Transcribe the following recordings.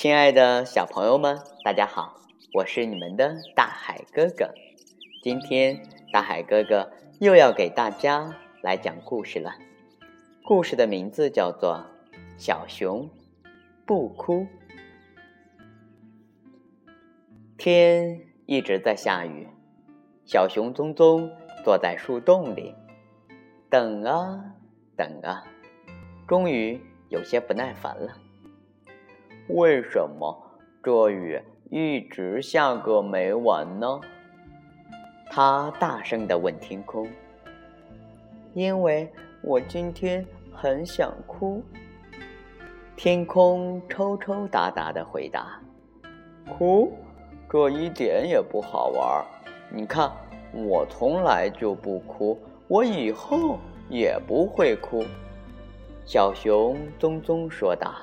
亲爱的小朋友们，大家好，我是你们的大海哥哥。今天大海哥哥又要给大家来讲故事了。故事的名字叫做小熊不哭。天一直在下雨，小熊棕棕坐在树洞里，等啊等啊，终于有些不耐烦了。为什么这雨一直下个没完呢？他大声地问天空。因为我今天很想哭。天空抽抽搭搭地回答。哭？这一点也不好玩。你看，我从来就不哭，我以后也不会哭。小熊棕棕说道。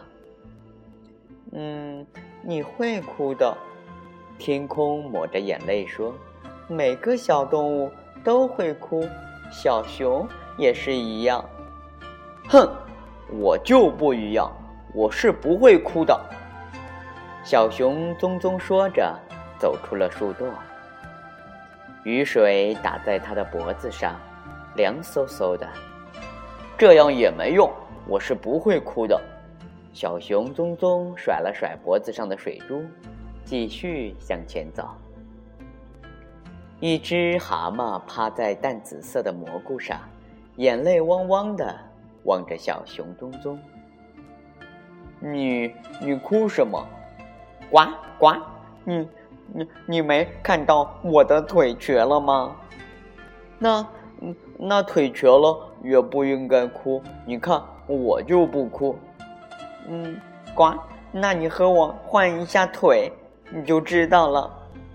你会哭的。天空抹着眼泪说，每个小动物都会哭，小熊也是一样。哼，我就不一样，我是不会哭的。小熊棕棕说着走出了树洞。雨水打在他的脖子上，凉飕飕的。这样也没用，我是不会哭的。小熊棕棕甩了甩脖子上的水珠，继续向前走。一只蛤蟆趴在淡紫色的蘑菇上，眼泪汪汪地望着小熊棕棕。你哭什么？呱呱，你没看到我的腿瘸了吗？那腿瘸了也不应该哭，你看我就不哭。呱，那你和我换一下腿，你就知道了。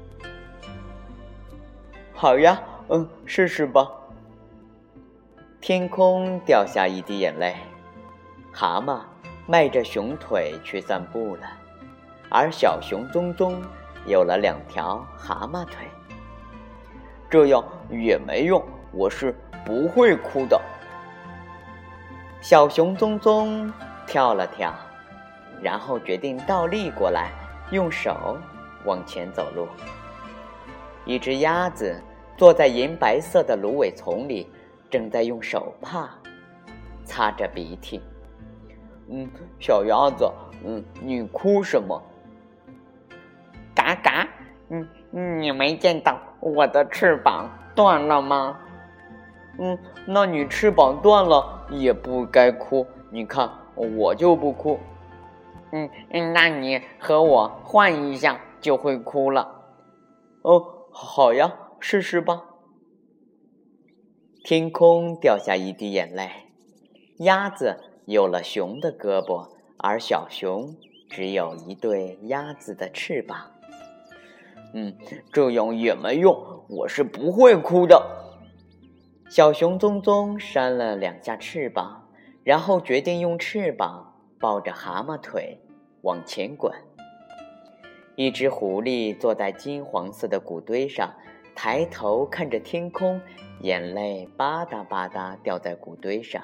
好呀，试试吧。天空掉下一滴眼泪，蛤蟆迈着熊腿去散步了，而小熊棕棕有了2条蛤蟆腿。这样也没用，我是不会哭的。小熊棕棕跳了跳，然后决定倒立过来，用手往前走路。一只鸭子坐在银白色的芦苇丛里，正在用手帕擦着鼻涕。小鸭子，你哭什么？嘎嘎，你没见到我的翅膀断了吗？那你翅膀断了也不该哭，你看我就不哭。那你和我换一下就会哭了。好呀，试试吧。天空掉下一滴眼泪，鸭子有了熊的胳膊，而小熊只有一对鸭子的翅膀。这样也没用，我是不会哭的。小熊棕棕扇了2下翅膀，然后决定用翅膀抱着蛤蟆腿往前滚。一只狐狸坐在金黄色的谷堆上，抬头看着天空，眼泪吧嗒吧嗒掉在谷堆上。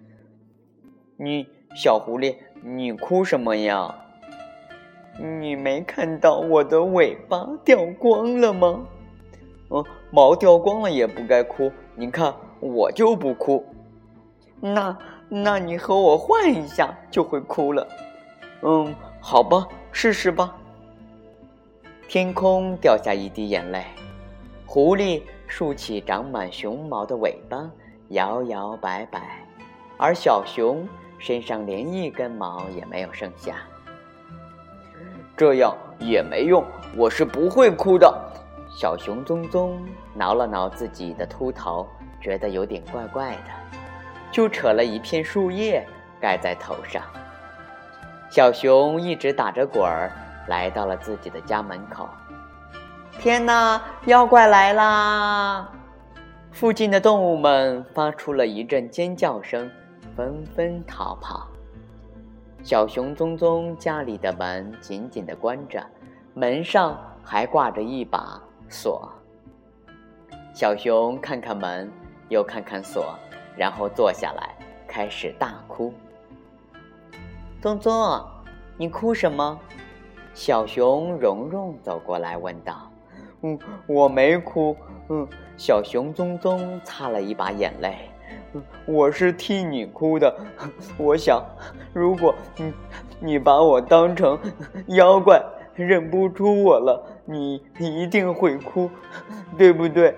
小狐狸，你哭什么呀？你没看到我的尾巴掉光了吗？毛掉光了也不该哭，你看我就不哭。那你和我换一下就会哭了。好吧，试试吧。天空掉下一滴眼泪，狐狸竖起长满熊毛的尾巴，摇摇摆摆，而小熊身上连一根毛也没有剩下。这样也没用，我是不会哭的。小熊棕棕挠了挠自己的秃头，觉得有点怪怪的，就扯了一片树叶盖在头上。小熊一直打着滚儿来到了自己的家门口。天哪，妖怪来啦！附近的动物们发出了一阵尖叫声，纷纷逃跑。小熊棕棕家里的门紧紧地关着，门上还挂着一把锁。小熊看看门，又看看锁，然后坐下来开始大哭。棕棕，你哭什么？ 小熊蓉蓉走过来问道：“我没哭。”小熊棕棕擦了一把眼泪：“我是替你哭的。我想，如果你把我当成妖怪，认不出我了，你一定会哭，对不对？”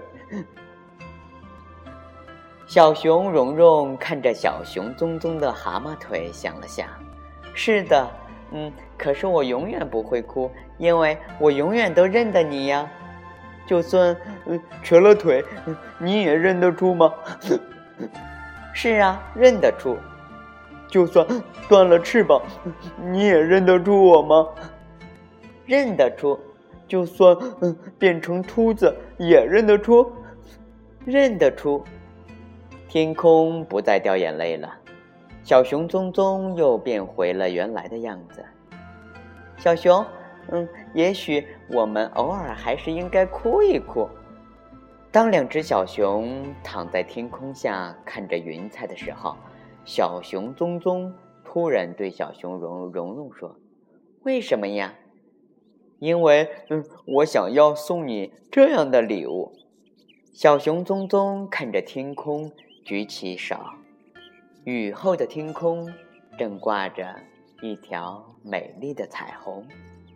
小熊蓉蓉看着小熊棕棕的蛤蟆腿，想了想：“是的，可是我永远不会哭，因为我永远都认得你呀。就算瘸了腿，你也认得出吗？”“是啊，认得出。”“就算断了翅膀，你也认得出我吗？”“认得出。”“就算变成秃子，也认得出？”“认得出。”天空不再掉眼泪了，小熊棕棕又变回了原来的样子。小熊，也许我们偶尔还是应该哭一哭。当两只小熊躺在天空下看着云彩的时候，小熊棕棕突然对小熊蓉蓉说：“为什么呀？”“因为我想要送你这样的礼物。”小熊棕棕看着天空，举起手，雨后的天空正挂着一条美丽的彩虹。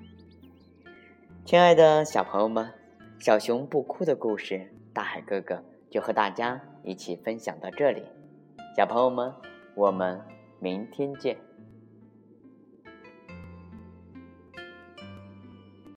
亲爱的小朋友们，小熊不哭的故事，大海哥哥就和大家一起分享到这里。小朋友们，我们明天见。